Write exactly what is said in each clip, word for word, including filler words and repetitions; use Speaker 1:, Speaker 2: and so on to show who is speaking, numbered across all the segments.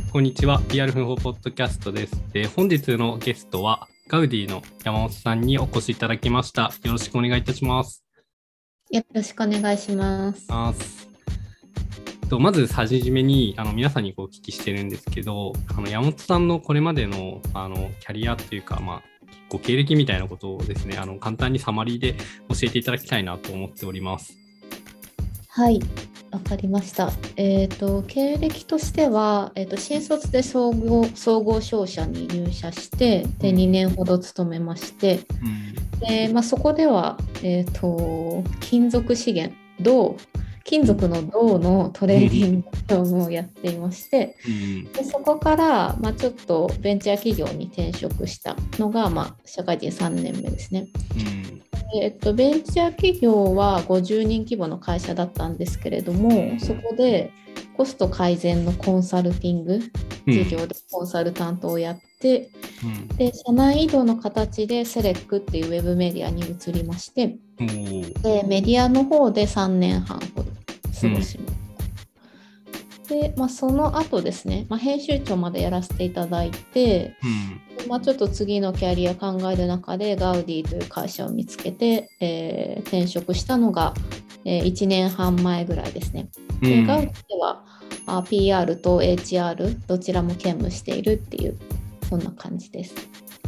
Speaker 1: こんにちは。ピーアール 奮法ポッドキャストです。えー本日のゲストはガウディの山本さんにお越しいただきました。よろしくお願いいたします。
Speaker 2: よろしくお願いします。
Speaker 1: あーとまずはじめにあの皆さんにお聞きしてるんですけど、あの山本さんのこれまでの、あのキャリアというか、まあ、ご経歴みたいなことをですね、あの簡単にサマリーで教えていただきたいなと思っております。
Speaker 2: はい、わかりました。えっと、経歴としては、えっと、新卒で総合、総合商社に入社して、で、
Speaker 1: うん
Speaker 2: にねんほど勤めまして、
Speaker 1: うん
Speaker 2: で、まあ、そこでは、えっと、金属資源、銅、金属の銅のトレーディング業務をやっていまして、
Speaker 1: うん
Speaker 2: で、そこから、まあ、ちょっとベンチャー企業に転職したのが、まあ、社会人さんねんめですね。
Speaker 1: うん
Speaker 2: えっと、ベンチャー企業はごじゅうにん規模の会社だったんですけれども、そこでコスト改善のコンサルティング
Speaker 1: うん
Speaker 2: 事業でコンサルタントをやって、
Speaker 1: うん
Speaker 2: で、社内移動の形でセレックっていうウェブメディアに移りまして、
Speaker 1: おー
Speaker 2: で、メディアの方でさんねんはんほど過ごしました。で、まあ、その後ですね、まあ、編集長までやらせていただいて、
Speaker 1: うん
Speaker 2: まあ、ちょっと次のキャリア考える中でガウディという会社を見つけて、えー転職したのが、えーいちねんはん前ぐらいですね。で、ガウディではあ ピーアール と エイチアール どちらも兼務しているっていうそんな感じです。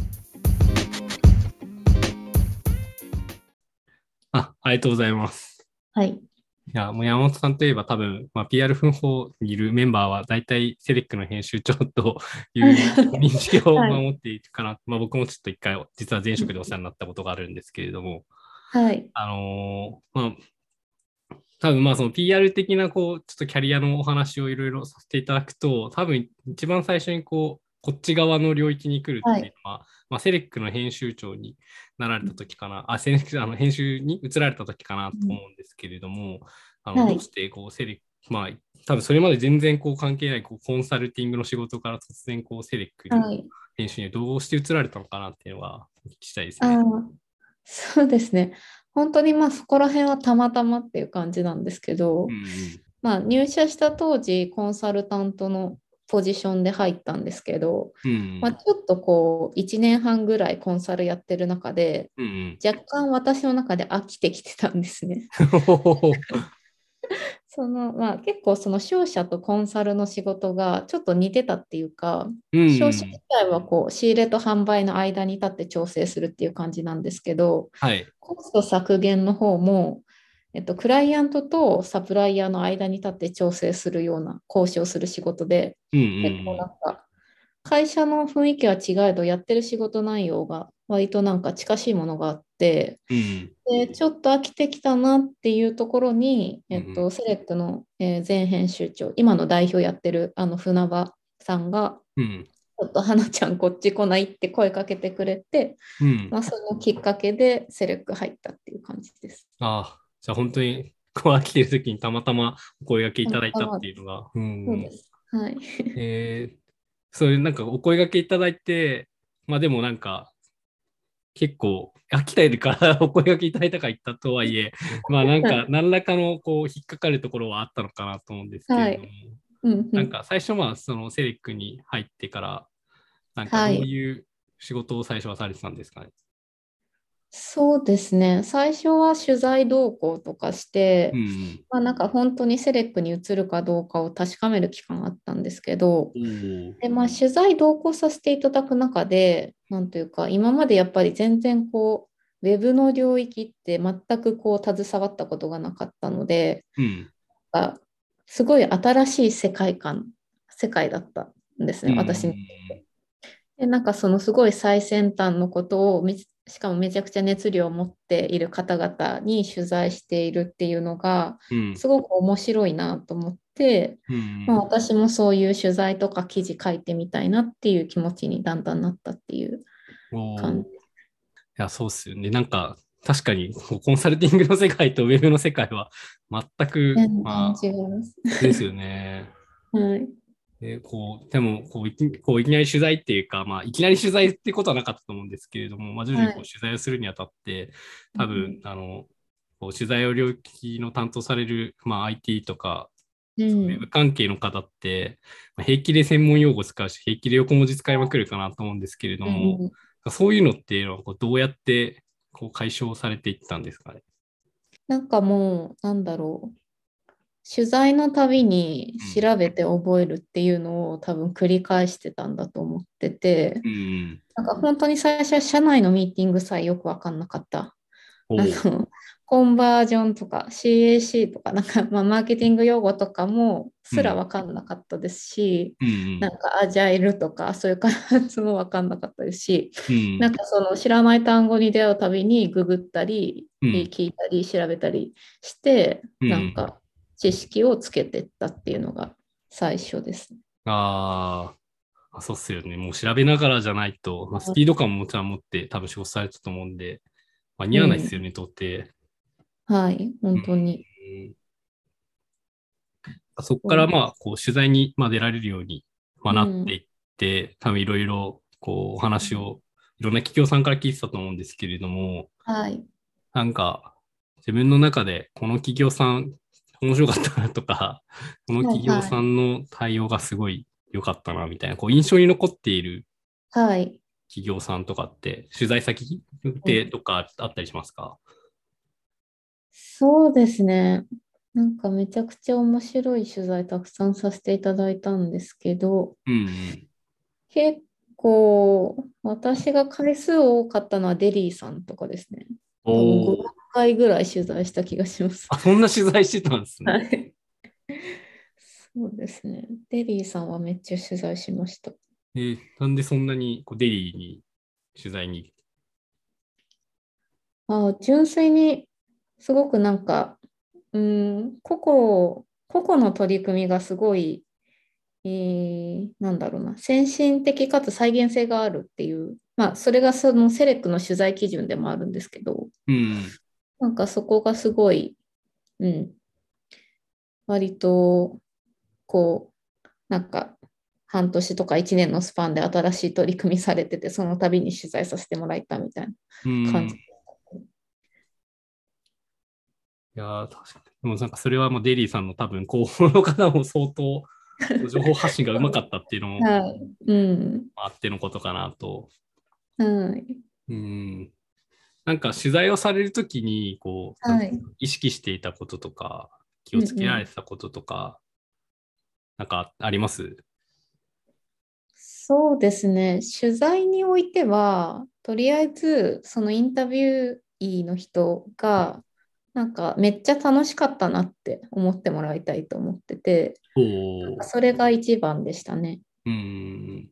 Speaker 1: あ、ありがとうございます。
Speaker 2: はい。
Speaker 1: いや、もう山本さんといえば多分、まあ、ピーアール 奮法にいるメンバーは大体セレックの編集長という認識を
Speaker 2: はい。
Speaker 1: 守っているかな。まあ、僕もちょっと一回、実は前職でお世話になったことがあるんですけれども、
Speaker 2: はい。
Speaker 1: あのーまあ、多分まあその ピーアール 的なこう、ちょっとキャリアのお話をいろいろさせていただくと、多分一番最初にこう、こっち側の領域に来る
Speaker 2: はい。
Speaker 1: っていうのは、まあ、セレックの編集長になられた時かな、あ、セレック、あの編集に移られた時かなと思うんですけれども、あの
Speaker 2: はい。
Speaker 1: どうしてこうセレック、まあ、多分それまで全然こう関係ないこうコンサルティングの仕事から突然こうセレックに
Speaker 2: はい。
Speaker 1: 編集にどうして移られたのかなっていうのはお聞きしたいです
Speaker 2: あ
Speaker 1: ね。
Speaker 2: あ、そうですね。本当にまあそこら辺はたまたまっていう感じなんですけど、
Speaker 1: うん
Speaker 2: まあ、入社した当時コンサルタントのポジションで入ったんですけど、
Speaker 1: うん。う
Speaker 2: まあ、
Speaker 1: ん
Speaker 2: ちょっとこういちねんはんぐらいコンサルやってる中で
Speaker 1: うん。うん
Speaker 2: 若干私の中で飽きてきてたんですね。
Speaker 1: うん。
Speaker 2: そのまあ、結構その商社とコンサルの仕事がちょっと似てたっていうか、
Speaker 1: うん
Speaker 2: 商社
Speaker 1: うん。
Speaker 2: 自体はこう仕入れと販売の間に立って調整するっていう感じなんですけど、
Speaker 1: はい。
Speaker 2: コスト削減の方も、えっと、クライアントとサプライヤーの間に立って調整するような交渉する仕事で、
Speaker 1: うんう
Speaker 2: 結構なん
Speaker 1: ん
Speaker 2: か会社の雰囲気は違えどやってる仕事内容が割となんか近しいものがあって、
Speaker 1: うん。うん
Speaker 2: で、ちょっと飽きてきたなっていうところに、
Speaker 1: うん。
Speaker 2: えっと、セレックの、えー前編集長、今の代表やってるあの船場さんが、
Speaker 1: うん。
Speaker 2: ちょっと花ちゃんこっち来ないって声かけてくれて、
Speaker 1: うん。
Speaker 2: まあ、そのきっかけでセレック入ったっていう感じです。
Speaker 1: ああ、じゃあ本当に、こう飽きてる時にたまたまお声掛けいただいたっ
Speaker 2: あ、
Speaker 1: ていうのが、うん。
Speaker 2: そうです。はい。
Speaker 1: えー、そういうなんかお声掛けいただいて、まあでもなんか結構飽きたいからお声掛けいただいたから言ったとはいえ、まあなんか何らかのこう引っかかるところはあったのかなと思うんですけれども、
Speaker 2: はい。うんうん。
Speaker 1: なんか最初まあそのセレックに入ってから、なんかどう
Speaker 2: はい。
Speaker 1: いう仕事を最初はされてたんですかね。
Speaker 2: そうですね。最初は取材同行とかし
Speaker 1: う
Speaker 2: て、
Speaker 1: ん。
Speaker 2: まあ、なんか本当にセレックに移るかどうかを確かめる期間があったんですけど、
Speaker 1: おお。
Speaker 2: で、まあ、取材同行させていただく中で、なんというか、今までやっぱり全然こう、ウェブの領域って全くこう、携わったことがなかったので、
Speaker 1: うん。
Speaker 2: あすごい新しい世界観、世界だったんです
Speaker 1: う
Speaker 2: ね、私に。
Speaker 1: ん。
Speaker 2: で、なんかそのすごい最先端のことをめしかもめちゃくちゃ熱量を持っている方々に取材しているっていうのが
Speaker 1: うん。
Speaker 2: すごく面白いなと思って、
Speaker 1: う
Speaker 2: まあ、
Speaker 1: ん。
Speaker 2: 私もそういう取材とか記事書いてみたいなっていう気持ちにだんだんなったっていう
Speaker 1: おお。い
Speaker 2: 感じ。
Speaker 1: や、そうっすよね。なんか、確かに、こうコンサルティングの世界とウェブの世界は全く、
Speaker 2: 全然
Speaker 1: まあ、
Speaker 2: 違います。
Speaker 1: ですよね。
Speaker 2: はい。
Speaker 1: で、こう、でも、こういき、こういきなり取材っていうか、まあ、いきなり取材ってことはなかったと思うんですけれども、まあ、徐々にこう
Speaker 2: はい。
Speaker 1: 取材をするにあたって、多分、
Speaker 2: うん
Speaker 1: あの、こう取材を領域の担当される、まあ、アイティー とか、
Speaker 2: う
Speaker 1: ウェブ
Speaker 2: ん。
Speaker 1: 関係の方って、まあ平気で専門用語使うし、平気で横文字使いまくるかなと思うんですけれど
Speaker 2: うん
Speaker 1: も、
Speaker 2: うん。
Speaker 1: そういうのっていうのはこうどうやってこう解消されていったんですかね。
Speaker 2: なんかもう、なんだろう。取材のたびに
Speaker 1: うん。
Speaker 2: 調べて覚えるっていうのを多分繰り返してたんだと思ってて、
Speaker 1: うん。
Speaker 2: なんか本当に最初は社内のミーティングさえよくわかんなかった。あ
Speaker 1: おう。
Speaker 2: の、コンバージョンとか シーエーシー とか、なんか、まあ、マーケティング用語とかもすら
Speaker 1: うん。
Speaker 2: 分かんなかったですし、
Speaker 1: うん。
Speaker 2: なんかアジャイルとかそういう開発も分かんなかったですし、
Speaker 1: うん。
Speaker 2: なんかその知らない単語に出会うたびにググったり、えー
Speaker 1: うん。
Speaker 2: 聞いたり調べたりして、
Speaker 1: うん。
Speaker 2: なんか知識をつけてったっていうのが最初ですね。
Speaker 1: あーあ、そうっすよね。もう調べながらじゃないと、まあ、スピード感ももちろん持って多分仕事されてたと思うんで、間に合わないですよ
Speaker 2: うん。
Speaker 1: ね、到底。
Speaker 2: はい、
Speaker 1: う
Speaker 2: 本当に。
Speaker 1: ん。そこから
Speaker 2: そ
Speaker 1: まあ、こう、取材にまあ出られるように、まあ、
Speaker 2: う。うん。
Speaker 1: なっていって、多分いろいろ、こう、お話を、いろんな企業さんから聞いてたと思うんですけれども、
Speaker 2: はい。
Speaker 1: なんか、自分の中で、この企業さん、面白かったなとか、この
Speaker 2: はい、
Speaker 1: 企業
Speaker 2: はい。
Speaker 1: さんの対応がすごい良かったな、みたいな、こう、印象に残っている
Speaker 2: はい。
Speaker 1: 企業さんとかって、取材先でとかあったりしますか？
Speaker 2: そうですね。なんかめちゃくちゃ面白い取材たくさんさせていただいたんですけど、
Speaker 1: うんうん。
Speaker 2: 結構私が回数多かったのはデリーさんとかですね。
Speaker 1: お
Speaker 2: 多分ご、6
Speaker 1: ー。
Speaker 2: 回ぐらい取材した気がします。
Speaker 1: あ、そんな取材してたんですね。
Speaker 2: はい。そうですね。デリーさんはめっちゃ取材しました。
Speaker 1: えーなんでそんなにこうデリーに取材に。
Speaker 2: あ、純粋にすごくなんか、うん、個々、個々の取り組みがすごいえーなんだろうな、先進的かつ再現性があるっていう、まあ、それがそのセレクの取材基準でもあるんですけど、
Speaker 1: うん。
Speaker 2: なんかそこがすごい、うん、割と、こう、なんか、半年とかいちねんのスパンで新しい取り組みされてて、その度に取材させてもらえたみたいな
Speaker 1: うん。
Speaker 2: 感じ。
Speaker 1: いやー、確かに。でもなんかそれはもうデリーさんの多分広報の方も相当情報発信がうまかったっていうのも
Speaker 2: はい。うん。
Speaker 1: あってのことかなと。
Speaker 2: はい。
Speaker 1: うん。なんか取材をされるときに、こう、なん
Speaker 2: はい。
Speaker 1: 意識していたこととか、気をつけられ
Speaker 2: うんうん。
Speaker 1: てたこととか、なんかあります？
Speaker 2: そうですね。取材においては、とりあえず、そのインタビューイーの人が、なんかめっちゃ楽しかったなって思ってもらいたいと思ってて、なん
Speaker 1: おー。
Speaker 2: かそれが一番でしたね。
Speaker 1: うん。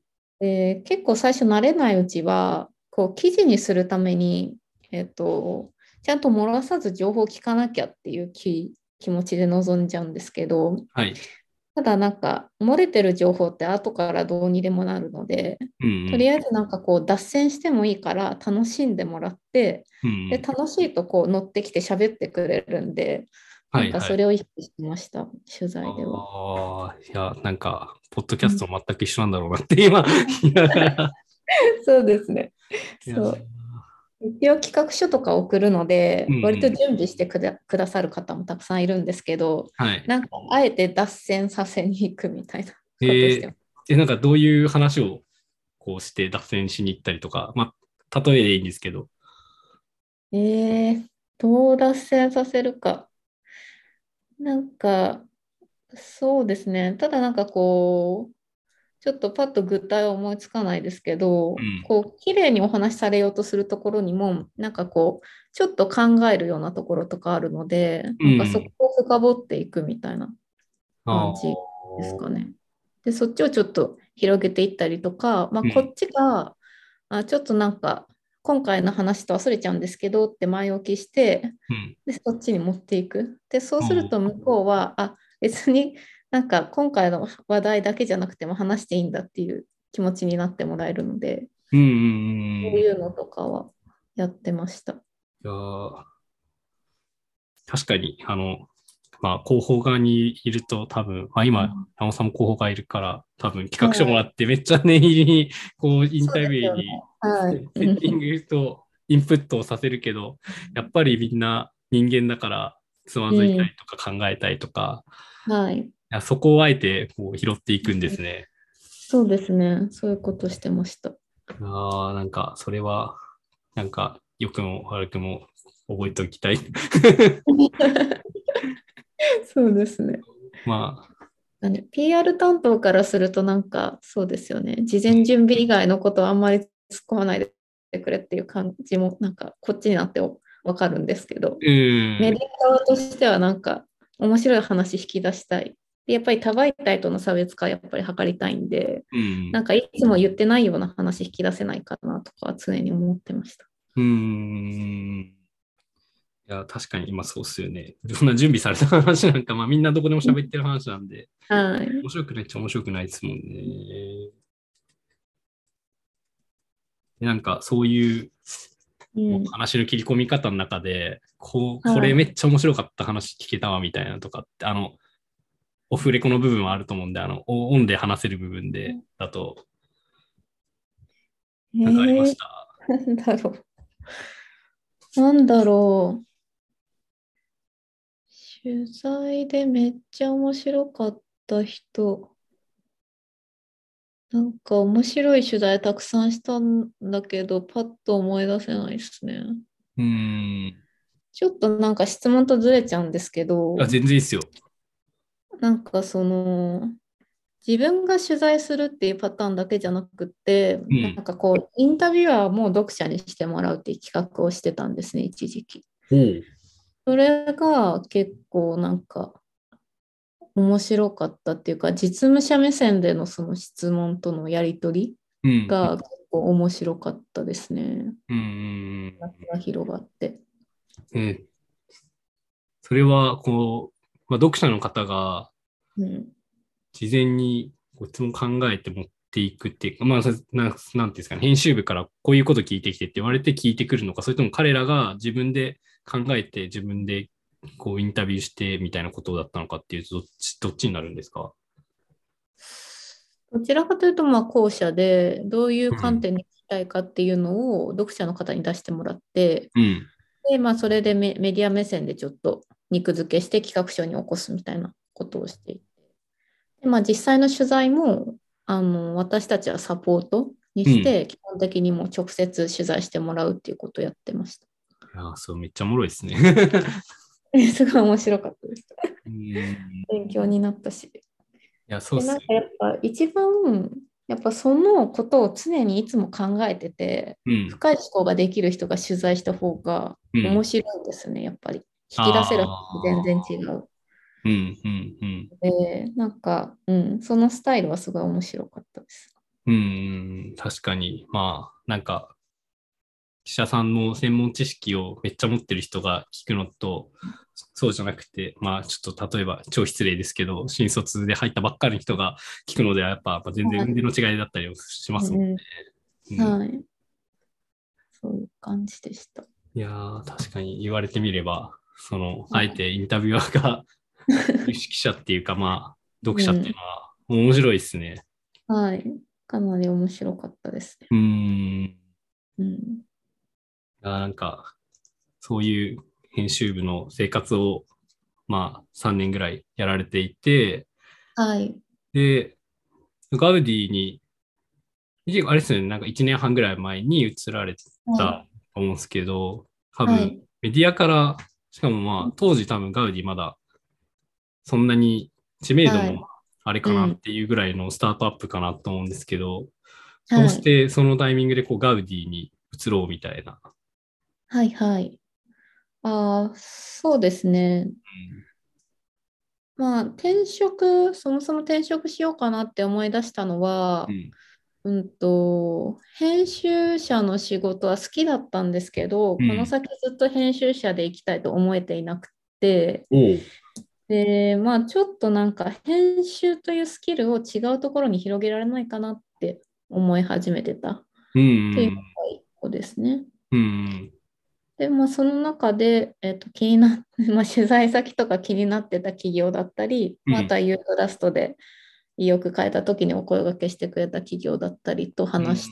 Speaker 2: で、結構最初慣れないうちは、こう記事にするために、えっと、ちゃんと漏らさず情報を聞かなきゃっていう気、気持ちで臨んじゃうんですけど、
Speaker 1: はい。
Speaker 2: ただなんか漏れてる情報って後からどうにでもなるので、
Speaker 1: うん
Speaker 2: とりあえずなんかこう脱線してもいいから楽しんでもらって、
Speaker 1: うん。う
Speaker 2: で、
Speaker 1: ん。
Speaker 2: 楽しいとこう乗ってきて喋ってくれるんで、なんか
Speaker 1: はいはい。
Speaker 2: それを意識してました、取材では。
Speaker 1: ああ、いや、なんか、ポッドキャス
Speaker 2: うん、
Speaker 1: ト全く一緒なんだろうなって今言いながら。
Speaker 2: そうですね。
Speaker 1: いや、
Speaker 2: そう。一応企画書とか送るので、
Speaker 1: うんう
Speaker 2: 割と
Speaker 1: ん。
Speaker 2: 準備してくだ、くださる方もたくさんいるんですけど、
Speaker 1: はい。
Speaker 2: なんかあえて脱線させに行くみたいなことして
Speaker 1: えー、
Speaker 2: ます。
Speaker 1: え、なんかどういう話をこうして脱線しに行ったりとか、まあ、例えでいいんですけど。
Speaker 2: えー、どう脱線させるか。なんか、そうですね。ただなんかこう、ちょっとパッと具体は思いつかないですけど、
Speaker 1: うん。
Speaker 2: こう、綺麗にお話しされようとするところにも、なんかこう、ちょっと考えるようなところとかあるので、なんかそこ
Speaker 1: うん。
Speaker 2: を深掘っていくみたいな
Speaker 1: あ
Speaker 2: 感じですか
Speaker 1: あ。
Speaker 2: ね。で、そっちをちょっと広げていったりとか、まあ、
Speaker 1: うん。
Speaker 2: こっちが、あ、ちょっとなんか、今回の話と忘れちゃうんですけどって前置きして、
Speaker 1: うん。
Speaker 2: で、そっちに持っていく。で、そう
Speaker 1: お
Speaker 2: すると向
Speaker 1: ー。
Speaker 2: こうは、あ、別になんか今回の話題だけじゃなくても話していいんだっていう気持ちになってもらえるので、
Speaker 1: うんうんうん。い
Speaker 2: そういうのとかはやってました。
Speaker 1: やー、確かに、あの、まあ、広報側にいると多分、まあ今、
Speaker 2: うん、
Speaker 1: 山本さんも広報側いるから、多分企画書もら
Speaker 2: はい。
Speaker 1: ってめっちゃ念入りに、こう、インタ
Speaker 2: そうですよね。
Speaker 1: ビューに
Speaker 2: はい。
Speaker 1: セセッティン
Speaker 2: うん。
Speaker 1: グとインプットをさせるけど、やっぱりみんな人間だからつま
Speaker 2: う
Speaker 1: ずいた
Speaker 2: ん。
Speaker 1: りとか考えたりとか、
Speaker 2: はい。
Speaker 1: や、そこをあえてこう拾っていくんですね。
Speaker 2: そうですね。そういうことしてました。
Speaker 1: ああ、なんか、それは、なんか、良くも悪くも覚えておきたい。
Speaker 2: そうですね。
Speaker 1: まあ、
Speaker 2: 何 ピーアール 担当からするとなんかそうですよね。事前準備以外のことはあんまり突っ込まないでくれっていう感じもなんかこっちになってわかるんですけど、
Speaker 1: うん、
Speaker 2: メディア側としてはなんか面白い話引き出したい。でやっぱり多媒体との差別化やっぱり図りたいんで、
Speaker 1: うん、
Speaker 2: なんかいつも言ってないような話引き出せないかなとかは常に思ってました。
Speaker 1: うん。いや、確かに今そうっすよね。そんな準備された話なんか、まあみんなどこでも喋ってる話なんで、
Speaker 2: はい。
Speaker 1: 面白くないっちゃ面白くないですもんね。でなんかそういう
Speaker 2: うん。
Speaker 1: 話の切り込み方の中で、こう、これ
Speaker 2: はい。
Speaker 1: めっちゃ面白かった話聞けたわみたいなのとかって、あの、オフレコの部分はあると思うんで、あの、オンで話せる部分で、だと、なんかありま
Speaker 2: えー、
Speaker 1: した？
Speaker 2: なんだろう。なんだろう。取材でめっちゃ面白かった人。なんか面白い取材たくさんしたんだけど、パッと思い出せないですね。
Speaker 1: うーん。
Speaker 2: ちょっとなんか質問とずれちゃうんですけ
Speaker 1: あ、
Speaker 2: ど、
Speaker 1: 全然いいっすよ。
Speaker 2: なんかその、自分が取材するっていうパターンだけじゃなくて、
Speaker 1: うん。
Speaker 2: なんかこう、インタビュアーも読者にしてもらうっていう企画をしてたんですね、一時期。
Speaker 1: おう。
Speaker 2: それが結構なんか面白かったっていうか、実務者目線でのその質問とのやり取り
Speaker 1: うん。
Speaker 2: が結構面白かったですね。
Speaker 1: うん。
Speaker 2: 夏が広がって。
Speaker 1: えーそれは、こう、まあ、読者の方が
Speaker 2: うん。
Speaker 1: 事前にこう質問考えて持っていくっていうか、まあ、さな、なんていうんですかね、編集部からこういうこと聞いてきてって言われて聞いてくるのか、それとも彼らが自分で考えて自分でこうインタビューしてみたいなことだったのかっていうと、どっち、どっちになるんですか？
Speaker 2: どちらかというと、まあ、後者で、どういう
Speaker 1: うん。
Speaker 2: 観点に聞きたいかっていうのを読者の方に出してもらって、
Speaker 1: うん。
Speaker 2: で、まあ、それでメ、メディア目線でちょっと肉付けして企画書に起こすみたいなことをしていて、で、まあ、実際の取材も、あの、私たちはサポートに
Speaker 1: うん。い
Speaker 2: して、基本的にもう直接取材してもらうっていうことをやってました。
Speaker 1: やー、そう、めっちゃおもろいですね。
Speaker 2: すごい面白かったです。
Speaker 1: うん。い
Speaker 2: 勉強になったし。
Speaker 1: や、そうっ
Speaker 2: で、な
Speaker 1: すよ。
Speaker 2: んかやっぱ一番、やっぱそのことを常にいつも考えてて、
Speaker 1: うん。
Speaker 2: 深い思考ができる人が取材した方が
Speaker 1: うん。
Speaker 2: 面白いですね、やっぱり。引き出せる話全然違
Speaker 1: ああ。
Speaker 2: う。
Speaker 1: うん。うん。うん。
Speaker 2: で、なんか、うん、そのスタイルはすごい面白かったです。
Speaker 1: うん。確かに。まあ、なんか、記者さんの専門知識をめっちゃ持ってる人が聞くのと、そうじゃなくて、まあちょっと例えば超失礼ですけど、新卒で入ったばっかりの人が聞くのではやっぱ、やっぱ全然
Speaker 2: はい。
Speaker 1: 運転の違いだったりしますもんね。
Speaker 2: うん、
Speaker 1: うん。
Speaker 2: はい。そういう感じでした。
Speaker 1: いやー、確かに言われてみれば、その、あえ
Speaker 2: は
Speaker 1: てインタビュアーが有識者っていうか、まあ、読者っていう
Speaker 2: い。
Speaker 1: のは面白いですね。
Speaker 2: うん。はい。かなり面白かったですね。
Speaker 1: うーん。
Speaker 2: うん。
Speaker 1: あーなんか、そういう編集部の生活を、まあ、さんねんぐらいやられていて、
Speaker 2: はい。
Speaker 1: で、ガウディに、一応あれですね、なんかいちねんはんぐらい前に移られ
Speaker 2: はい。
Speaker 1: たと思うんですけど、多分
Speaker 2: はい。
Speaker 1: メディアから、しかもまあ、当時多分ガウディまだそんなに知名度
Speaker 2: はい。
Speaker 1: もあれかな
Speaker 2: うん。
Speaker 1: っていうぐらいのスタートアップかなと思うんですけど、どう
Speaker 2: はい。
Speaker 1: してそのタイミングでこうガウディに移ろうみたいな。
Speaker 2: はい。はい。ああ、そうですね。まあ、転職、そもそも転職しようかなって思い出したのは、
Speaker 1: うん。
Speaker 2: うんと、編集者の仕事は好きだったんですけど、
Speaker 1: うん。
Speaker 2: この先ずっと編集者で行きたいと思えていなくて、
Speaker 1: おう。
Speaker 2: で、まあ、ちょっとなんか編集というスキルを違うところに広げられないかなって思い始めてたっ
Speaker 1: う
Speaker 2: ていうの
Speaker 1: ん。
Speaker 2: が一個ですね。
Speaker 1: うん。
Speaker 2: で、まあ、その中で、えっと、気になっまあ、取材先とか気になってた企業だったり、また
Speaker 1: うん。
Speaker 2: ユートラストで意欲変えた時にお声掛けしてくれた企業だったりと
Speaker 1: うん。
Speaker 2: 話して、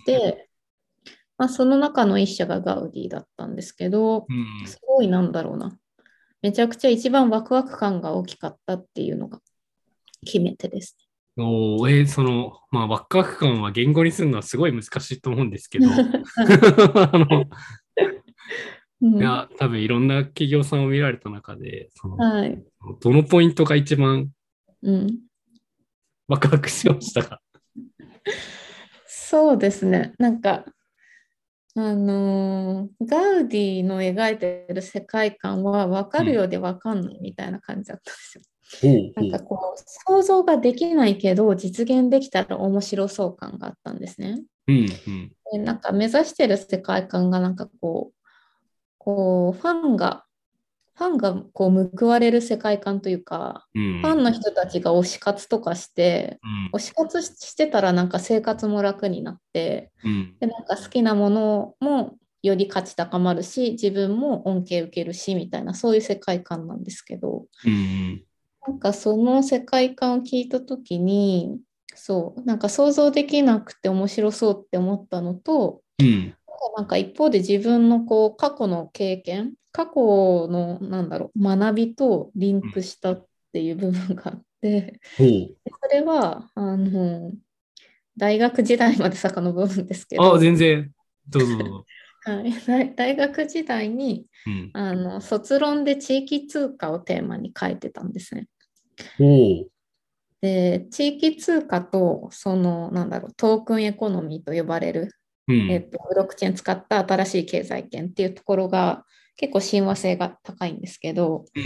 Speaker 2: まあ、その中の一社がガウディだったんですけど、
Speaker 1: うん。
Speaker 2: すごいなんだろうな。めちゃくちゃ一番ワクワク感が大きかったっていうのが決めてです
Speaker 1: おー、えーその、まあ、ワクワク感は言語にするのはすごい難しいと思うんですけど、
Speaker 2: ね。はい。
Speaker 1: あの、
Speaker 2: うん。
Speaker 1: いや、多分いろんな企業さんを見られた中で、その、
Speaker 2: はい。
Speaker 1: どのポイントが一番
Speaker 2: うん。
Speaker 1: ワクワクしましたか？
Speaker 2: そうですね。なんか、あのーガウディの描いてる世界観は分かる
Speaker 1: うん。
Speaker 2: ようで分かんないみたいな感じだったんですよ。
Speaker 1: ほう
Speaker 2: なんか
Speaker 1: ほう。
Speaker 2: こう、想像ができないけど、実現できたら面白そう感があったんですね。
Speaker 1: うん、うん、
Speaker 2: で、なんか目指してる世界観が、なんかこう、こう、ファンが、ファンがこう報われる世界観というか、
Speaker 1: うん、
Speaker 2: ファンの人たちが推し活とかして、
Speaker 1: うん、
Speaker 2: 推し活してたらなんか生活も楽になって、
Speaker 1: うん、
Speaker 2: で、なんか好きなものもより価値高まるし、自分も恩恵受けるし、みたいな、そういう世界観なんですけど、
Speaker 1: うん、
Speaker 2: なんかその世界観を聞いたときに、そう、なんか想像できなくて面白そうって思ったのと、
Speaker 1: うん、
Speaker 2: なんか一方で自分のこう過去の経験、過去のなんだろう、学びとリンクしたっていう部分があって、
Speaker 1: ほ
Speaker 2: それはあの大学時代まで遡るんですけ
Speaker 1: う。あ、全
Speaker 2: ど、
Speaker 1: 然、どうぞどうぞ。
Speaker 2: はい、大大学時代に
Speaker 1: うん。
Speaker 2: あの卒論で地域通貨をテーマに書いてたんですね。
Speaker 1: ほう。
Speaker 2: で、地域通貨とそのなんだろう、トークンエコノミーと呼ばれる、
Speaker 1: うん、
Speaker 2: えっと、ブロックチェーン使った新しい経済圏っていうところが結構親和性が高いんですけど、
Speaker 1: うん、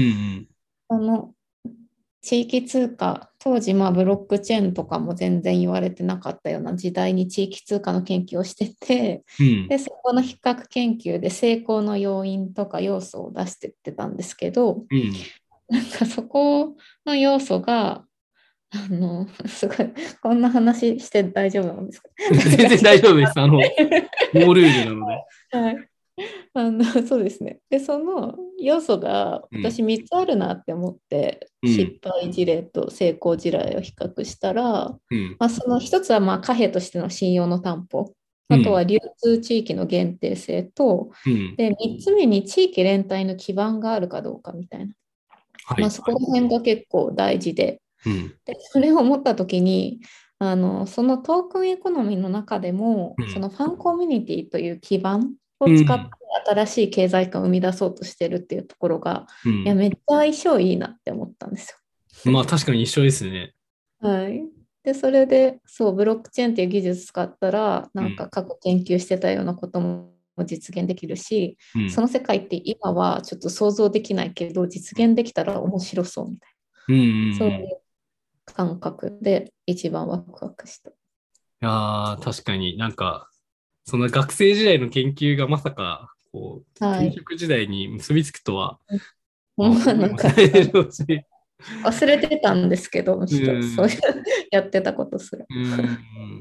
Speaker 2: その地域通貨、当時まあブロックチェーンとかも全然言われてなかったような時代に地域通貨の研究をしてて、
Speaker 1: うん、
Speaker 2: で、そこの比較研究で成功の要因とか要素を出してってたんですけど、
Speaker 1: うん。
Speaker 2: なんかそこの要素が、あの、すごい、こんな話して大丈夫なんですか？
Speaker 1: 全然大丈夫です。あの、ノールールなので。
Speaker 2: はい。あの、そうですね。で、その要素が
Speaker 1: うん、
Speaker 2: 私みっつあるなって思って、
Speaker 1: うん、
Speaker 2: 失敗事例と成功事例を比較したら、
Speaker 1: うん、
Speaker 2: まあ、そのひとつはまあ貨幣としての信用の担保、
Speaker 1: うん、
Speaker 2: あとは流通地域の限定性と、
Speaker 1: うん。
Speaker 2: で、みっつめに地域連帯の基盤があるかどうかみたいな。まあ、
Speaker 1: はい、
Speaker 2: そこ
Speaker 1: はい。
Speaker 2: ら辺が結構大事で、
Speaker 1: うん、
Speaker 2: で、それを思ったときに、あの、そのトークンエコノミーの中でも、
Speaker 1: うん、
Speaker 2: そのファンコミュニティという基盤を使って
Speaker 1: うん、
Speaker 2: 新しい経済観を生み出そうとしてるっていうところが、いや、
Speaker 1: うん。
Speaker 2: めっちゃ相性いいなって思ったんですよ。
Speaker 1: まあ、確かに一緒ですね。
Speaker 2: はい。で、それで、そう、ブロックチェーンっていう技術使ったら、なん
Speaker 1: うん、
Speaker 2: か過去研究してたようなことも実現できるし、
Speaker 1: うん、
Speaker 2: その世界って今はちょっと想像できないけど、実現できたら面白そうみたいな。
Speaker 1: うん、うん。
Speaker 2: そうい
Speaker 1: うん。
Speaker 2: う感覚で一番ワクワクした。
Speaker 1: いやー、確かになんか、その学生時代の研究がまさか、こう、
Speaker 2: はい。
Speaker 1: 転職時代に結びつくとは、まあ、
Speaker 2: 思わ
Speaker 1: 思いもしない
Speaker 2: なかった。
Speaker 1: でしょうし。
Speaker 2: 忘れてたんですけど、む
Speaker 1: う
Speaker 2: しろそういう
Speaker 1: ん、
Speaker 2: やってたことすら。
Speaker 1: うん。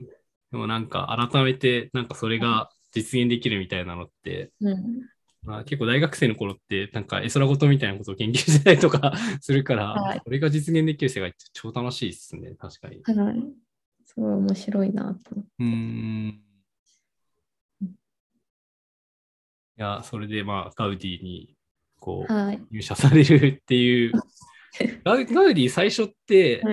Speaker 1: でもなんか、改めて、なんかそれが実現できるみたいなのって、
Speaker 2: うん。
Speaker 1: まあ、結構大学生の頃って、なんか絵空事みたいなことを研究してたりとかするから、
Speaker 2: はい。
Speaker 1: それが実現できる世界って超楽しいですね、確かに。
Speaker 2: はい。すごい面白いなと思っ
Speaker 1: うー
Speaker 2: て。
Speaker 1: ん。いや、それでまあ、ガウディに、こ
Speaker 2: はい。
Speaker 1: う、入社されるっていう。ガウ、ガウディ最初って、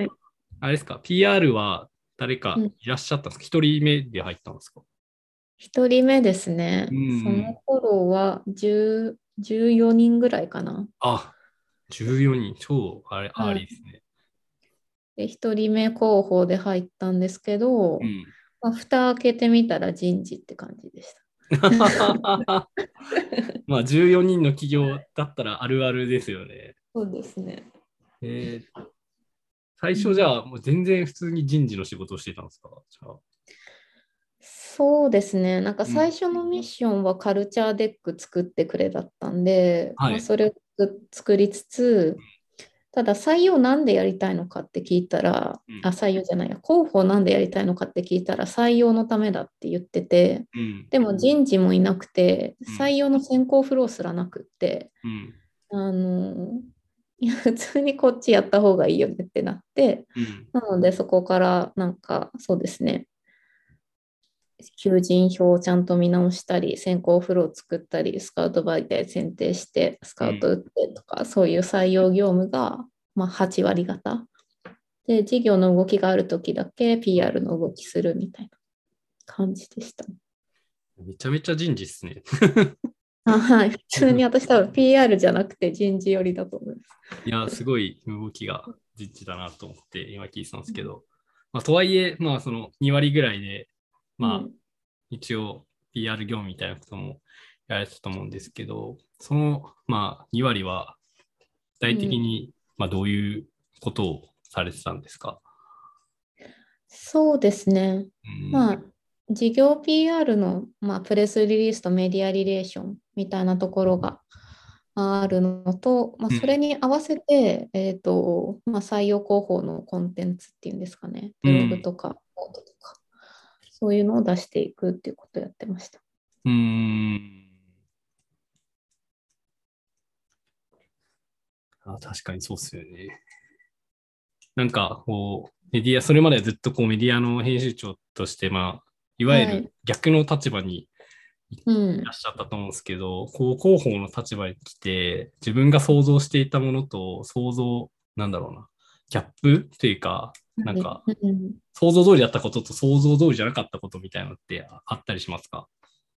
Speaker 2: はい。
Speaker 1: あれですか？ ピーアール は誰か
Speaker 2: うん。
Speaker 1: いらっしゃったんですか？一人目で入ったんですか？
Speaker 2: 一人目です
Speaker 1: う
Speaker 2: ね。その
Speaker 1: ん。
Speaker 2: 頃はじゅう、じゅうよにんぐらいかな。
Speaker 1: あ、じゅうよにん、超あれ、アー
Speaker 2: はい。
Speaker 1: リーですね。
Speaker 2: で、一人目候補で入ったんですけど、
Speaker 1: うん。
Speaker 2: まあ、蓋開けてみたら人事って感じでした。
Speaker 1: まあ、じゅうよにんの企業だったらあるあるですよね。
Speaker 2: そうですね。
Speaker 1: えー、最
Speaker 2: うん、
Speaker 1: 初じゃあ、もう全然普通に人事の仕事をしてたんですか？じゃあ。
Speaker 2: そうですね。なんか
Speaker 1: うん。
Speaker 2: 最初のミッションはカルチャーデック作ってくれだったんで、まあ、
Speaker 1: はい。
Speaker 2: それを作りつつ、ただ採用なんでやりたいのかって聞いたら、あ、
Speaker 1: うん。
Speaker 2: 採用じゃないや、広報なんでやりたいのかって聞いたら採用のためだって言ってて、
Speaker 1: うん。
Speaker 2: でも人事もいなくて、
Speaker 1: うん。
Speaker 2: 採用の選考フローすらなくって、
Speaker 1: うん。
Speaker 2: あの、いや、普通にこっちやった方がいいよねってなって、
Speaker 1: うん。
Speaker 2: なのでそこからなんかそうですね、求人票をちゃんと見直したり、選考フロー作ったり、スカウト媒体選定して、ス
Speaker 1: うん。
Speaker 2: カウト打ってとか、そういう採用業務が、まあ、はち割方で、事業の動きがあるときだけ ピーアール の動きするみたいな感じでした。
Speaker 1: めちゃめちゃ人事ですね。
Speaker 2: あ、はい。普通に私多分 ピーアール じゃなくて人事寄りだと思います。
Speaker 1: いや、すごい動きが人事だなと思って今聞いてたんですけど、まあ、とはいえ、まあそのに割ぐらいで、まあ、
Speaker 2: うん、
Speaker 1: 一応 ピーアール 業務みたいなこともやられてたと思うんですけど、その、まあ、に割は具体的
Speaker 2: うん、
Speaker 1: に、まあ、どういうことをされてたんですか？
Speaker 2: そうですね。
Speaker 1: うん。
Speaker 2: まあ、事業 ピーアール の、まあ、プレスリリースとメディアリレーションみたいなところがあるのと、まあ、それ
Speaker 1: うん。
Speaker 2: に合わせて、えっと、まあ、採用広報のコンテンツっていうんですかね、ブログ
Speaker 1: うん。
Speaker 2: とか、ノートとか、そういうのを出していくっていうことをやってました。
Speaker 1: うん。あ、確かにそうっすよね。なんか、こう、メディア、それまではずっとこうメディアの編集長として、まあ、いわゆる
Speaker 2: はい。
Speaker 1: 逆の立場にい
Speaker 2: うん。
Speaker 1: らっしゃったと思うんですけど、こう、広報の立場に来て、自分が想像していたものと想像、なんだろうな、ギャップというか、
Speaker 2: はい。
Speaker 1: なんか、
Speaker 2: うん。
Speaker 1: 想像通りだったことと想像通りじゃなかったことみたいなのってあったりしますか？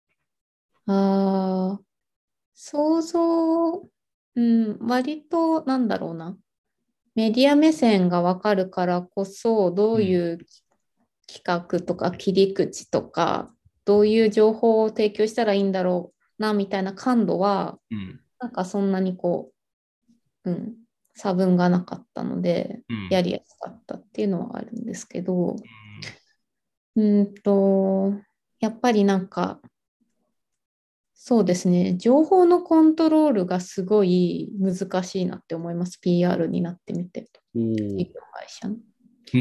Speaker 2: ああ、想像、うん、割と、なんだろうな。メディア目線がわかるからこそ、ど
Speaker 1: うん。
Speaker 2: ういう企画とか切り口とか、どういう情報を提供したらいいんだろうな、みたいな感度は、
Speaker 1: うん。
Speaker 2: なんかそんなにこう、うん、差分がなかったので、
Speaker 1: うん。
Speaker 2: やりやすかったっていうのはあるんですけど、うんと、やっぱりなんか、そうですね、情報のコントロールがすごい難しいなって思います、ピーアール になってみて、
Speaker 1: おー。
Speaker 2: 事業会社の。
Speaker 1: うん。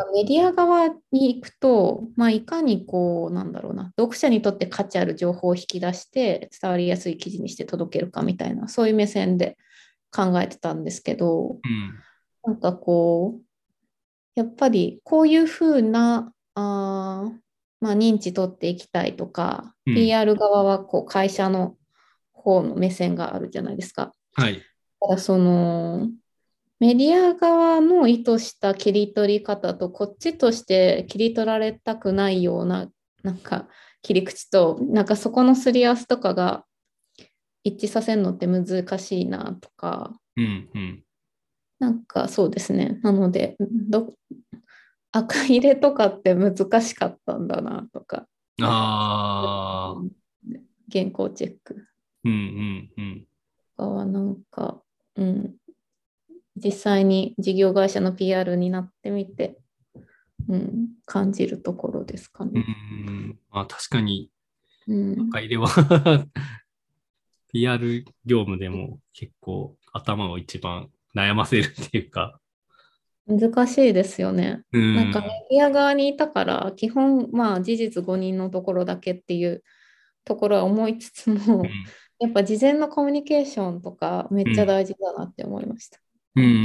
Speaker 2: なんかメディア側に行くと、まあ、いかにこう、なんだろうな、読者にとって価値ある情報を引き出して伝わりやすい記事にして届けるかみたいな、そういう目線で考えてたんですけど、
Speaker 1: うん。
Speaker 2: なんかこう、やっぱりこういうふうな、あーまあ、認知取っていきたいとか、
Speaker 1: うん。
Speaker 2: ピーアール 側はこう会社の方の目線があるじゃないですか。
Speaker 1: はい。
Speaker 2: ただそのメディア側の意図した切り取り方と、こっちとして切り取られたくないような、なんか切り口と、なんかそこのすり合わせとかが一致させるのって難しいなとか、
Speaker 1: うん。うん。
Speaker 2: なんかそうですね。なので、ど赤入れとかって難しかったんだなとか、
Speaker 1: ああ。
Speaker 2: 原稿チェック
Speaker 1: うん。うん。うん。
Speaker 2: とかはなんか、うん、実際に事業会社の ピーアール になってみて、うん、感じるところですか
Speaker 1: う
Speaker 2: ね。
Speaker 1: ん。まあ確かに、
Speaker 2: うん、
Speaker 1: 赤入れはピーアール 業務でも結構頭を一番悩ませるっていうか、
Speaker 2: 難しいですよね。
Speaker 1: う
Speaker 2: なんかメ
Speaker 1: ん。
Speaker 2: ディア側にいたから、基本、まあ事実誤認のところだけっていうところは思いつつも、
Speaker 1: うん。
Speaker 2: やっぱ事前のコミュニケーションとかめっちゃ
Speaker 1: うん。
Speaker 2: 大事だなって思いました。
Speaker 1: うん。うん。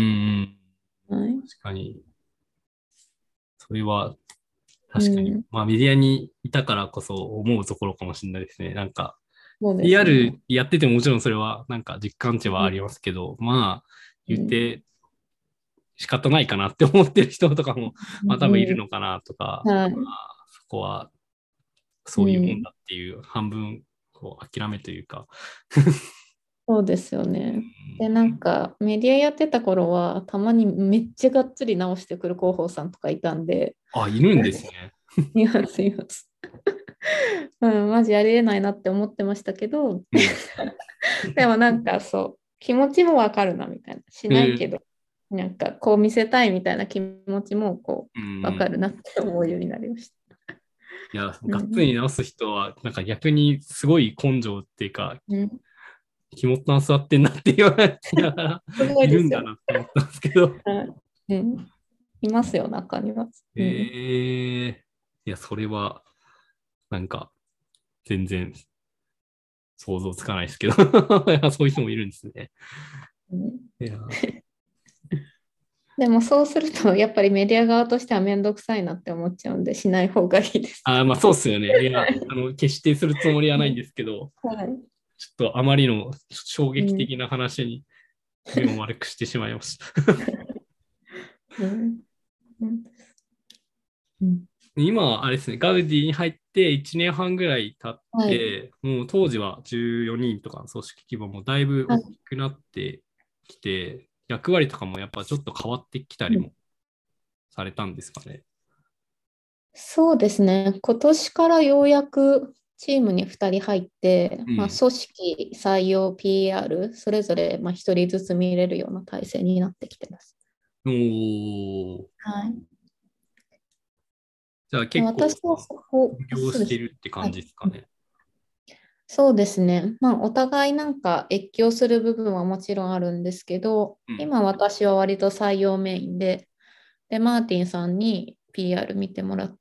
Speaker 2: はい。
Speaker 1: 確かに、それは確かに、
Speaker 2: うん。
Speaker 1: まあメディアにいたからこそ思うところかもしれないですね。なんか、
Speaker 2: そうですね。
Speaker 1: ピーアール やっててももちろんそれはなんか実感値はあり
Speaker 2: うん。
Speaker 1: ますけど、まあ
Speaker 2: うん。
Speaker 1: 言って仕方ないかなって思ってる人とかも、まあ多分いる
Speaker 2: う
Speaker 1: のかなとか、
Speaker 2: ん。は
Speaker 1: ま
Speaker 2: い。
Speaker 1: あそこは
Speaker 2: う
Speaker 1: そういうもん
Speaker 2: ん。
Speaker 1: だっていう半分こう諦めというか、
Speaker 2: そうですよね。で、なんかメディアやってた頃は、たまにめっちゃがっつり直してくる広報さんとかいたんで、
Speaker 1: あ、いるんですね。
Speaker 2: いますいます。うん、マジありえないなって思ってましたけど、
Speaker 1: うん。
Speaker 2: でもなんかそう、気持ちもわかるなみたいな。し
Speaker 1: うん。
Speaker 2: ないけど、なんかこう見せたいみたいな気持ちもこ
Speaker 1: う
Speaker 2: う、わか
Speaker 1: ん。
Speaker 2: るなって思うようになりました。
Speaker 1: いや、がっつ
Speaker 2: うん。
Speaker 1: り直す人は、なんか逆にすごい根性っていうか、
Speaker 2: うん、
Speaker 1: 肝っ玉座ってんなって言われながら
Speaker 2: すごい
Speaker 1: いるん
Speaker 2: ですよ。
Speaker 1: だなって思ったんですけど。
Speaker 2: はい。うん。いますよ、中には。うん。
Speaker 1: ええ、いや、それは、なんか、全然想像つかないですけどいや、そういう人もいるんですね。
Speaker 2: うん、
Speaker 1: いや、
Speaker 2: でもそうすると、やっぱりメディア側としてはめんどくさいなって思っちゃうんで、しない方がいいです。
Speaker 1: あ、まあそうっすよね。いや、
Speaker 2: はい。
Speaker 1: あの、決してするつもりはないん
Speaker 2: うん。
Speaker 1: ですけど、
Speaker 2: はい。
Speaker 1: ちょっとあまりの衝
Speaker 2: うん。
Speaker 1: 撃的な話に目を丸くしてしまいました。
Speaker 2: うん。
Speaker 1: 今、あれですね、ガウディに入っていちねんはんぐらい経っ
Speaker 2: はい。
Speaker 1: て、もう当時はじゅうよにんとかの組織規模もだいぶ大
Speaker 2: はい。
Speaker 1: きくなってきて、役割とかもやっぱちょっと変わってきたり
Speaker 2: うん、
Speaker 1: もされたんですかね。
Speaker 2: そうですね。今年からようやくチームにふたり入って、まあ、
Speaker 1: うん。
Speaker 2: 組織、採用、ピーアール、それぞれまあひとりずつ見れるような体制になってきてます。
Speaker 1: おー。
Speaker 2: はい。
Speaker 1: じゃあ結構
Speaker 2: 私はそこ、
Speaker 1: 副業して
Speaker 2: あ、そうです。
Speaker 1: るって感
Speaker 2: はい。
Speaker 1: じですかね。
Speaker 2: そうですね。まあ、お互いなんか越境する部分はもちろんあるんですけど、
Speaker 1: うん。
Speaker 2: 今私は割と採用メインで、で、マーティンさんに ピーアール 見てもらって、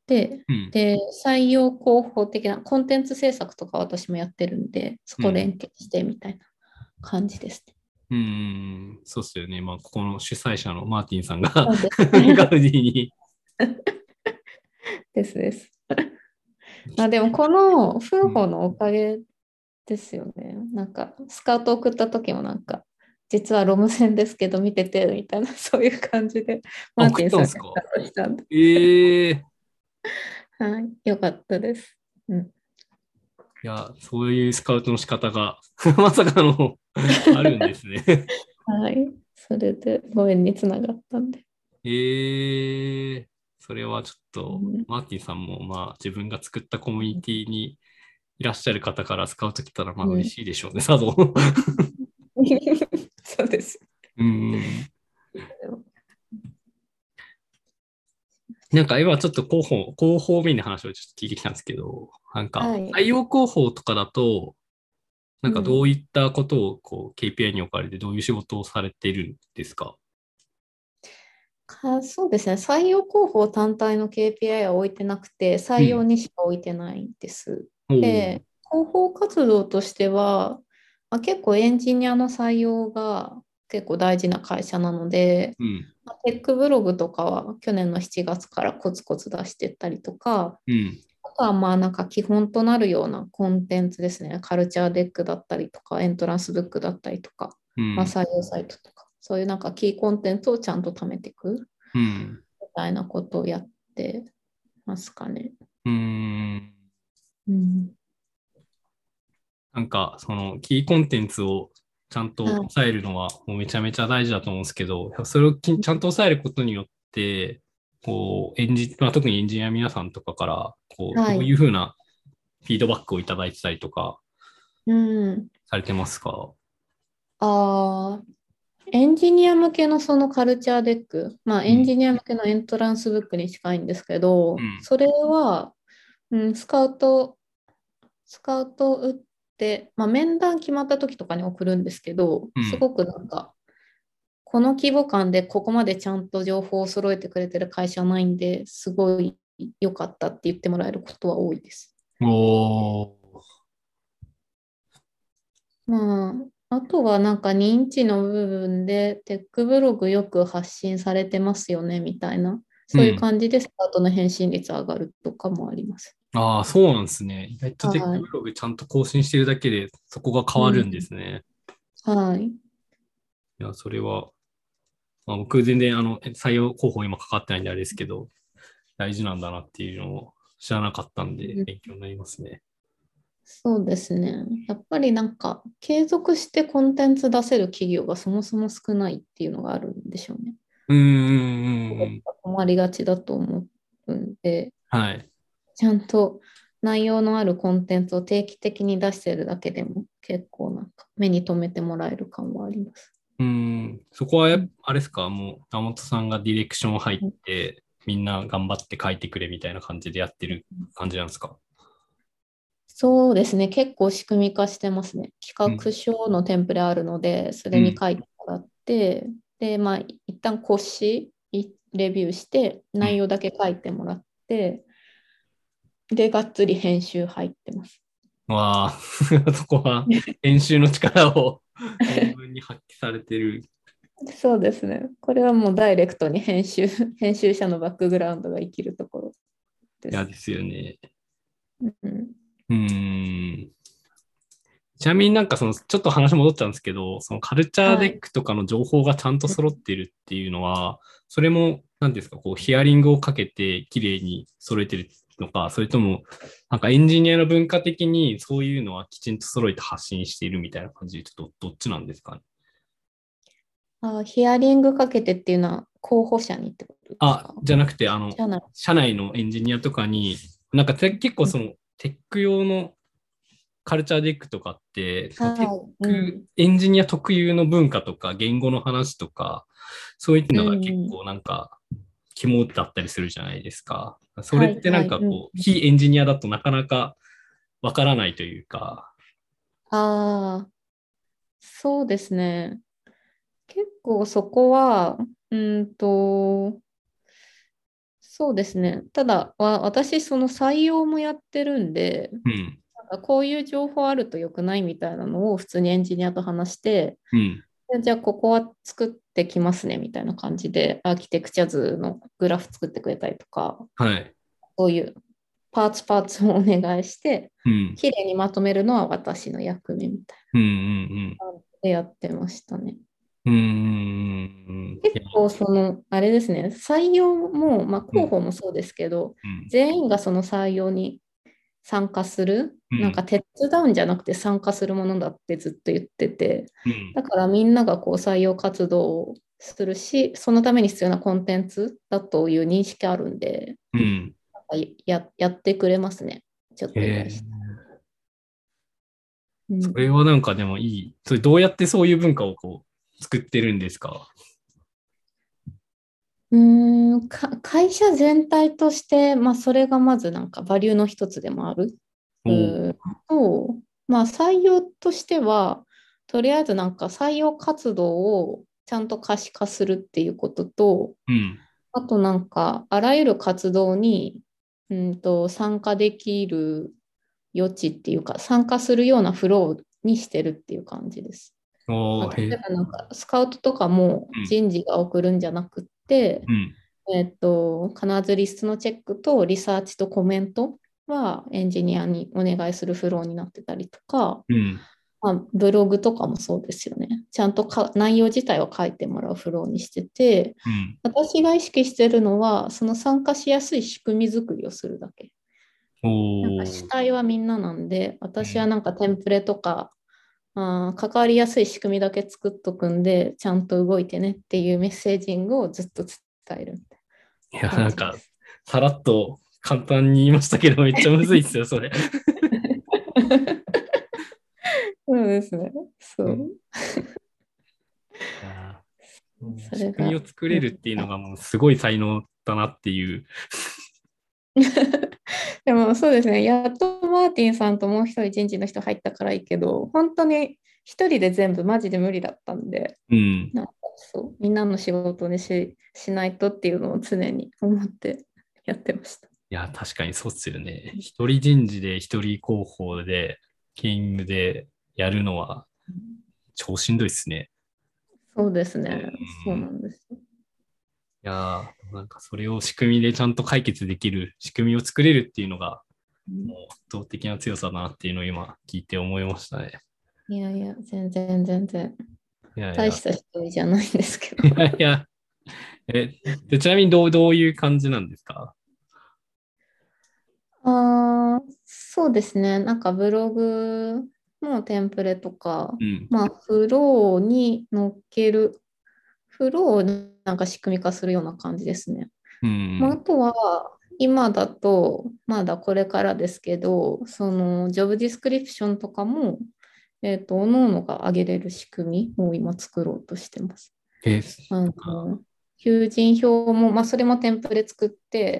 Speaker 1: うん。
Speaker 2: で、採用広報的なコンテンツ制作とか私もやってるんで、そ
Speaker 1: うん。
Speaker 2: こ連携してみたいな感じですね。
Speaker 1: うん。そうっすよね。まあ、ここの主催者のマーティンさんが
Speaker 2: そうです。
Speaker 1: ガウディに。
Speaker 2: ですです。まあでもこの
Speaker 1: うん。
Speaker 2: フーホのおかげですよね。なんかスカウト送った時もなんか、実はロム線ですけど見ててみたいな、そういう感じで
Speaker 1: あ、
Speaker 2: マー
Speaker 1: 送っ
Speaker 2: ティンさんにス
Speaker 1: たんですか？
Speaker 2: カウトしたんで、
Speaker 1: ええー。
Speaker 2: はい、よかったです。うん。
Speaker 1: いや、そういうスカウトの仕方がまさかのあるんですね。
Speaker 2: はい。それでご縁につながったんで。
Speaker 1: ええ、それはちょっと、
Speaker 2: うん。
Speaker 1: マーティンさんも、まあ、自分が作ったコミュニティにいらっしゃる方からスカウト来たら、まあ、嬉
Speaker 2: うん。
Speaker 1: しいでしょうね、さぞ。
Speaker 2: そうです。
Speaker 1: うん。なんか今ちょっと広報、広報面の話をちょっと聞いてきたんですけど、なんか
Speaker 2: はい。
Speaker 1: 採用広報とかだと、なんかど
Speaker 2: うん。
Speaker 1: ういったことをこう ケーピーアイ に置かれてどういう仕事をされているんですか？
Speaker 2: か、そうですね。採用広報単体の ケーピーアイ は置いてなくて、採用
Speaker 1: うん。
Speaker 2: にしか置いてないんです。
Speaker 1: おお。
Speaker 2: で、広報活動としては、まあ、結構エンジニアの採用が結構大事な会社なので、
Speaker 1: うん。
Speaker 2: まあテックブログとかは去年のしちがつからコツコツ出してったりとか、
Speaker 1: うん。
Speaker 2: あとはまあなんか基本となるようなコンテンツですね。カルチャーデックだったりとか、エントランスブックだったりとか、まあ、
Speaker 1: うん。
Speaker 2: 採用サイトとか、そういうなんかキーコンテンツをちゃんと貯めていく
Speaker 1: うん。
Speaker 2: みたいなことをやってますかね。
Speaker 1: うーん。
Speaker 2: うん。
Speaker 1: なんか、その、キーコンテンツをちゃんと
Speaker 2: は
Speaker 1: 抑えるのはもうめちゃめちゃ大事だと思うんですけど、それをきちゃんと抑えることによって、こう、エンジ、まあ、特にエンジニア皆さんとかから、こ
Speaker 2: い。
Speaker 1: う、どうい
Speaker 2: はい。
Speaker 1: うふうなフィードバックをいただいてたりとか
Speaker 2: うん。
Speaker 1: されてますか？
Speaker 2: ああ、エンジニア向けのそのカルチャーデック、まあエン
Speaker 1: うん。
Speaker 2: ジニア向けのエントランスブックに近いんですけど、
Speaker 1: うん。
Speaker 2: それは、うん、スカウト、スカウトを打って、まあ面談決まった時とかに送るんですけど、
Speaker 1: うん。
Speaker 2: すごくなんか、この規模感でここまでちゃんと情報を揃えてくれてる会社はないんで、すごい良かったって言ってもらえることは多いです。
Speaker 1: おー。
Speaker 2: まあ、あとはなんか認知の部分でテックブログよく発信されてますよねみたいな、そういう
Speaker 1: うん。
Speaker 2: 感じでスタートの返信率上がるとかもあります。
Speaker 1: ああ、そうなんですね。意外とテッ
Speaker 2: はい。
Speaker 1: クブログちゃんと更新してるだけでそこが変わるんで
Speaker 2: うん。
Speaker 1: すね。
Speaker 2: はい。
Speaker 1: いや、それは、まあ、僕全然あの採用広報今かかってないんであれですけど、大事なんだなっていうのを知らなかったんで
Speaker 2: うん、
Speaker 1: 勉強になりますね。
Speaker 2: そうですね。やっぱりなんか継続してコンテンツ出せる企業がそもそも少ないっていうのがあるんでしょうね。
Speaker 1: うーん。
Speaker 2: 困りがちだと思うんで、
Speaker 1: はい。
Speaker 2: ちゃんと内容のあるコンテンツを定期的に出してるだけでも結構なんか目に留めてもらえる感はあります。
Speaker 1: うーん。そこはやっ
Speaker 2: うん。
Speaker 1: あれですか、もう、山本さんがディレクション入
Speaker 2: うん。
Speaker 1: って、みんな頑張って書いてくれみたいな感じでやってる感じなんですか？
Speaker 2: そうですね。結構仕組み化してますね。企画
Speaker 1: うん。
Speaker 2: 書のテンプレあるので、それに
Speaker 1: うん。
Speaker 2: 書いてもらって、で、まあ、一旦講師、いレビューして、
Speaker 1: うん。
Speaker 2: 内容だけ書いてもらって、で、がっつり編集入ってます。
Speaker 1: わあ、そこは編集の力を存分に発揮されてる。
Speaker 2: そうですね。これはもうダイレクトに編集、編集者のバックグラウンドが生きるところです。
Speaker 1: いやですよね。
Speaker 2: うん。
Speaker 1: うーん。ちなみになんかその、ちょっと話戻っちゃうんですけど、そのカルチャー
Speaker 2: はい。
Speaker 1: デックとかの情報がちゃんと揃ってるっていうのは、それもなんですか、こう、ヒアリングをかけて綺麗に揃えてるのか、それとも、なんかエンジニアの文化的にそういうのはきちんと揃えて発信しているみたいな感じで、ちょっとどっちなんですかね。
Speaker 2: あ、ヒアリングかけてっていうのは候補者にってことです
Speaker 1: あ、
Speaker 2: か？
Speaker 1: じゃなくて、あの、
Speaker 2: じゃない。
Speaker 1: 社内のエンジニアとかに、なんかて結構そのテック用のカルチャーデックとかって、そのテッ
Speaker 2: はい。う
Speaker 1: ク
Speaker 2: ん。
Speaker 1: エンジニア特有の文化とか言語の話とか、そういう
Speaker 2: う
Speaker 1: のが結
Speaker 2: ん。
Speaker 1: 構なんか肝だったりするじゃないですか。それ
Speaker 2: はい。
Speaker 1: ってなん
Speaker 2: はい。うん。
Speaker 1: かこう、非エンジニアだとなかなかわからないというか、
Speaker 2: ああ、そうですね。結構そこは、うんと、そうですね。ただ、わ私、その採用もやってるんで、
Speaker 1: うん、
Speaker 2: なんかこういう情報あると良くないみたいなのを普通にエンジニアと話して、
Speaker 1: うん、
Speaker 2: でじゃあここは作ってきますねみたいな感じで、アーキテクチャ図のグラフ作ってくれたりとか、
Speaker 1: はい、
Speaker 2: そういうパーツパーツをお願いして、
Speaker 1: うん、
Speaker 2: きれいにまとめるのは私の役目みたい
Speaker 1: うん、うん、
Speaker 2: な感じでやってましたね。
Speaker 1: うん、うん、いや、
Speaker 2: 結構その、あれですね、採用も、まあ、
Speaker 1: うん、
Speaker 2: 広報もそうですけど、
Speaker 1: うん、
Speaker 2: 全員がその採用に参加する、
Speaker 1: うん、
Speaker 2: なんか手伝うんじゃなくて参加するものだってずっと言ってて、
Speaker 1: うん、
Speaker 2: だからみんながこう採用活動をするし、そのために必要なコンテンツだという認識あるんで、
Speaker 1: うん。
Speaker 2: なんかや、やってくれますね。ちょっと依頼して。
Speaker 1: え
Speaker 2: うん。
Speaker 1: それはなんかでもいい。それどうやってそういう文化をこう作ってるんですか？
Speaker 2: うーん、か、会社全体として、まあ、それがまずなんかバリューの一つでもある。
Speaker 1: おお。
Speaker 2: うーんと、まあ、採用としては、とりあえずなんか採用活動をちゃんと可視化するっていうことと、
Speaker 1: うん。
Speaker 2: あとなんか、あらゆる活動に、うんと、参加できる余地っていうか、参加するようなフローにしてるっていう感じです。まあ、
Speaker 1: おー、へ、
Speaker 2: 例えばなんか、スカウトとかも
Speaker 1: うん。
Speaker 2: 人事が送るんじゃなくって、
Speaker 1: うん。
Speaker 2: えっと、必ずリストのチェックとリサーチとコメントはエンジニアにお願いするフローになってたりとか、
Speaker 1: うん。
Speaker 2: まあ、ブログとかもそうですよね。ちゃんとか内容自体を書いてもらうフローにしてて、
Speaker 1: うん。
Speaker 2: 私が意識してるのは、その参加しやすい仕組み作りをするだけ。
Speaker 1: お
Speaker 2: なんか主
Speaker 1: ー。
Speaker 2: 体はみんななんで、私は
Speaker 1: うん。
Speaker 2: なんかテンプレとか、あー関わりやすい仕組みだけ作っとくんで、ちゃんと動いてねっていうメッセージングをずっと伝えるみたい
Speaker 1: いや、
Speaker 2: な感
Speaker 1: なんか、
Speaker 2: じです。
Speaker 1: さらっと簡単に言いましたけど、めっちゃむずいっすよ、それ。
Speaker 2: そうですね。そ
Speaker 1: うん。
Speaker 2: う。
Speaker 1: いやー、もう
Speaker 2: それが、
Speaker 1: 仕組みを作
Speaker 2: うん、
Speaker 1: れるっていうのがもうすごい才能だなっていう。
Speaker 2: でもそうですね。やっとマーティンさんともう一人人事の人入ったからいいけど、本当に一人で全部マジで無理だったんで、
Speaker 1: うん。
Speaker 2: なんかそう、みんなの仕事にし、しないとっていうのを常に思ってやってました。
Speaker 1: いや、確かにそうっすよね。一人人事で、一人広報で、勤務でやるのは超しんどいっすね。
Speaker 2: そうです
Speaker 1: う
Speaker 2: ね。そうな
Speaker 1: ん。
Speaker 2: んです。
Speaker 1: いやー、なんかそれを仕組みでちゃんと解決できる仕組みを作れるっていうのが、もう圧倒的な強さだなっていうのを今聞いて思いましたね。
Speaker 2: いやいや、全然全然。
Speaker 1: いやいや、
Speaker 2: 大した人じゃないんですけど。
Speaker 1: いやいや、え、でちなみにどう、どういう感じなんですか？
Speaker 2: ああ、そうですね。なんかブログのテンプレとか、
Speaker 1: うん。
Speaker 2: まあ、フローに乗っける、フローをなんか仕組み化するような感じですね。
Speaker 1: う
Speaker 2: まあ、あ
Speaker 1: ん。
Speaker 2: とは、今だと、まだこれからですけど、その、ジョブディスクリプションとかも、えっと、各々が上げれる仕組みを今作ろうとしてます。
Speaker 1: え、
Speaker 2: あ
Speaker 1: とか、
Speaker 2: の、求人票も、まあ、それもテンプレ作って、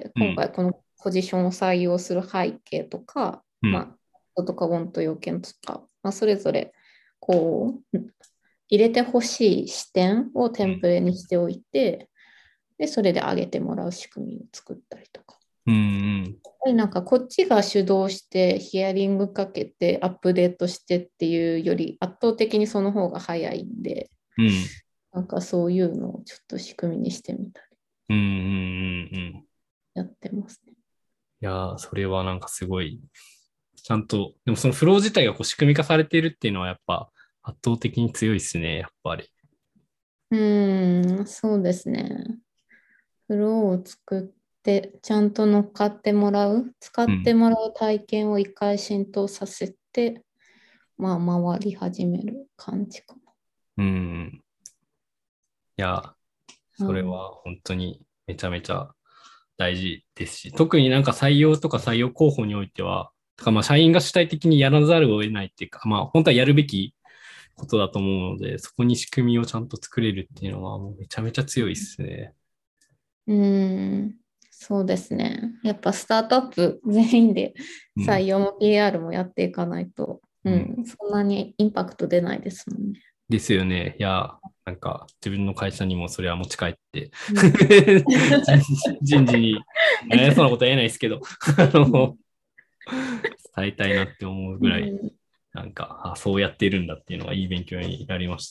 Speaker 1: うん。
Speaker 2: 今回このポジションを採用する背景とか、
Speaker 1: うん。
Speaker 2: まあ、とか、ウォント要件とか、まあ、それぞれ、こう、入れてほしい視点をテンプレにしておいて、で、それで上げてもらう仕組みを作ったりとか。
Speaker 1: うん。うん。
Speaker 2: やっぱりなんかこっちが主導してヒアリングかけてアップデートしてっていうより圧倒的にその方が早いんで、
Speaker 1: うん。
Speaker 2: なんかそういうのをちょっと仕組みにしてみたり
Speaker 1: うん。うん。うん。
Speaker 2: やってますね。
Speaker 1: いやー、それはなんかすごい、ちゃんと、でもそのフロー自体がこう仕組み化されているっていうのはやっぱ圧倒的に強いですね、やっぱり。
Speaker 2: うーん、そうですね。 フローを作って、ちゃんと乗っかってもらう、使ってもらう体験を一回浸透させて、まあ、回り始める感じか
Speaker 1: うん。いや、
Speaker 2: な。
Speaker 1: それは本当にめちゃめちゃ大事ですし、特になんか採用とか採用候補においては、とかまあ社員が主体的にやらざるを得ないっていうか、まあ本当はやるべきことだと思うので、そこに仕組みをちゃんと作れるっていうのはもうめちゃめちゃ強いですね。
Speaker 2: うん、そうですね。やっぱスタートアップ全員で採用も ピーアール もやっていかないと、うん、うん、そんなにインパクト出ないですもんね。
Speaker 1: ですよね。いや、なんか自分の会社にもそれは持ち帰って、うん、人事に、えー、そんなことは言えないですけど、あの、伝えたいなって思うぐらい、うん、なんかあ、そうやっているんだっていうのがいい勉強になりました。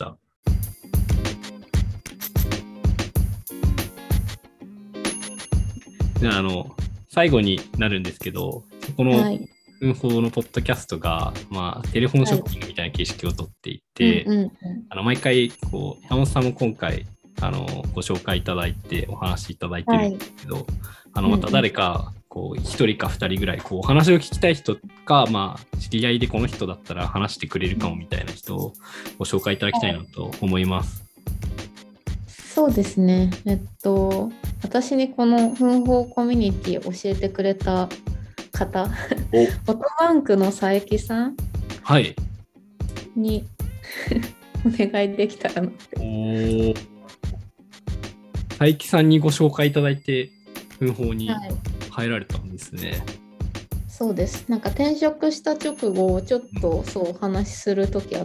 Speaker 1: じゃあ、あの、最後になるんですけど、この運法のポッドキャストが、まあ、テレフォンショッピングみたいな形式をとっていて、はい、あの毎回こう、山本さんも今回あのご紹介いただいてお話しいただいてるんですけど、はい、あのまた誰かこうひとりかふたりぐらいこうお話を聞きたい人か、まあ、知り合いでこの人だったら話してくれるかもみたいな人をご紹介いただきたいなと思います。
Speaker 2: そうですね。えっと、私にこの奮法コミュニティを教えてくれた方、フォトバンクの佐伯さんに、はい、お願いできたらなって。
Speaker 1: お佐伯さんにご紹介いただいて、奮法に入られたんですね。はい、
Speaker 2: そうです。なんか転職した直後、ちょっとそうお話しするときあって、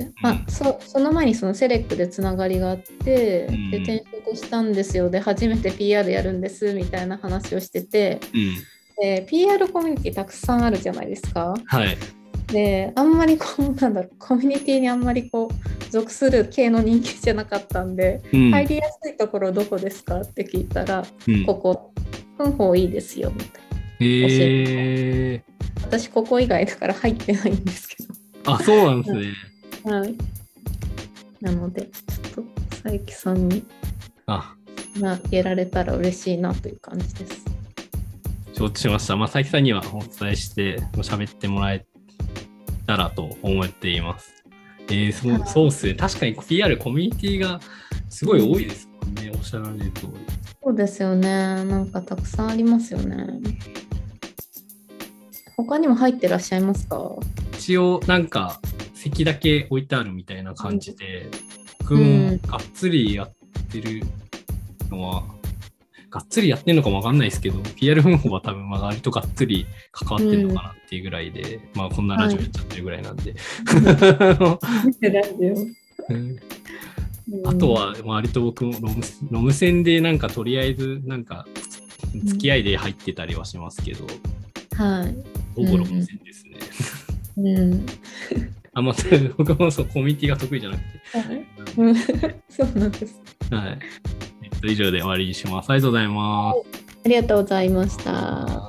Speaker 2: うん、まあ、そ, その前にそのセレックでつながりがあって、うん、で転職したんですよ。で、初めて ピーアール やるんですみたいな話をしてて、うん、で ピーアール コミュニティたくさんあるじゃないですか。
Speaker 1: はい。
Speaker 2: で、あんまりこう、なんだろう、コミュニティにあんまりこう、属する系の人間じゃなかったんで、うん、入りやすいところどこですかって聞いたら、うん、ここ、奮法いいですよみたいな。
Speaker 1: へえー、
Speaker 2: 私ここ以外だから入ってないんですけど。
Speaker 1: あ、そうなんですね。
Speaker 2: はい。なので、ちょっと佐伯さんに
Speaker 1: あ
Speaker 2: あげられたら嬉しいなという感じです。
Speaker 1: 承知しました。まあ、佐伯さんにはお伝えして喋ってもらえたらと思っています。えー、そう、そうっすね。確かに ピーアール コミュニティがすごい多いですもんね。おっしゃられる通り。
Speaker 2: そうですよね。なんかたくさんありますよね。他にも入ってらっしゃいますか？
Speaker 1: 一応なんか席だけ置いてあるみたいな感じで、うん、僕もがっつりやってるのは、うん、がっつりやってるのかもわかんないですけど、ピーアール 奮法は多分まあ割とがっつり関わってるのかなっていうぐらいで、うん、まあこんなラジオやっちゃってるぐらいなんで。はい、あとは割と僕もロム、ロム線でなんかとりあえずなんか付き合いで入ってたりはしますけど、
Speaker 2: はい。
Speaker 1: ほぼロム線ですね。
Speaker 2: うん。
Speaker 1: あ、また僕もそうコミュニティが得意じゃなくて。
Speaker 2: はい、そうなんです。
Speaker 1: はい。えっと以上で終わりにします。ありがとうございます。
Speaker 2: ありがとうございました。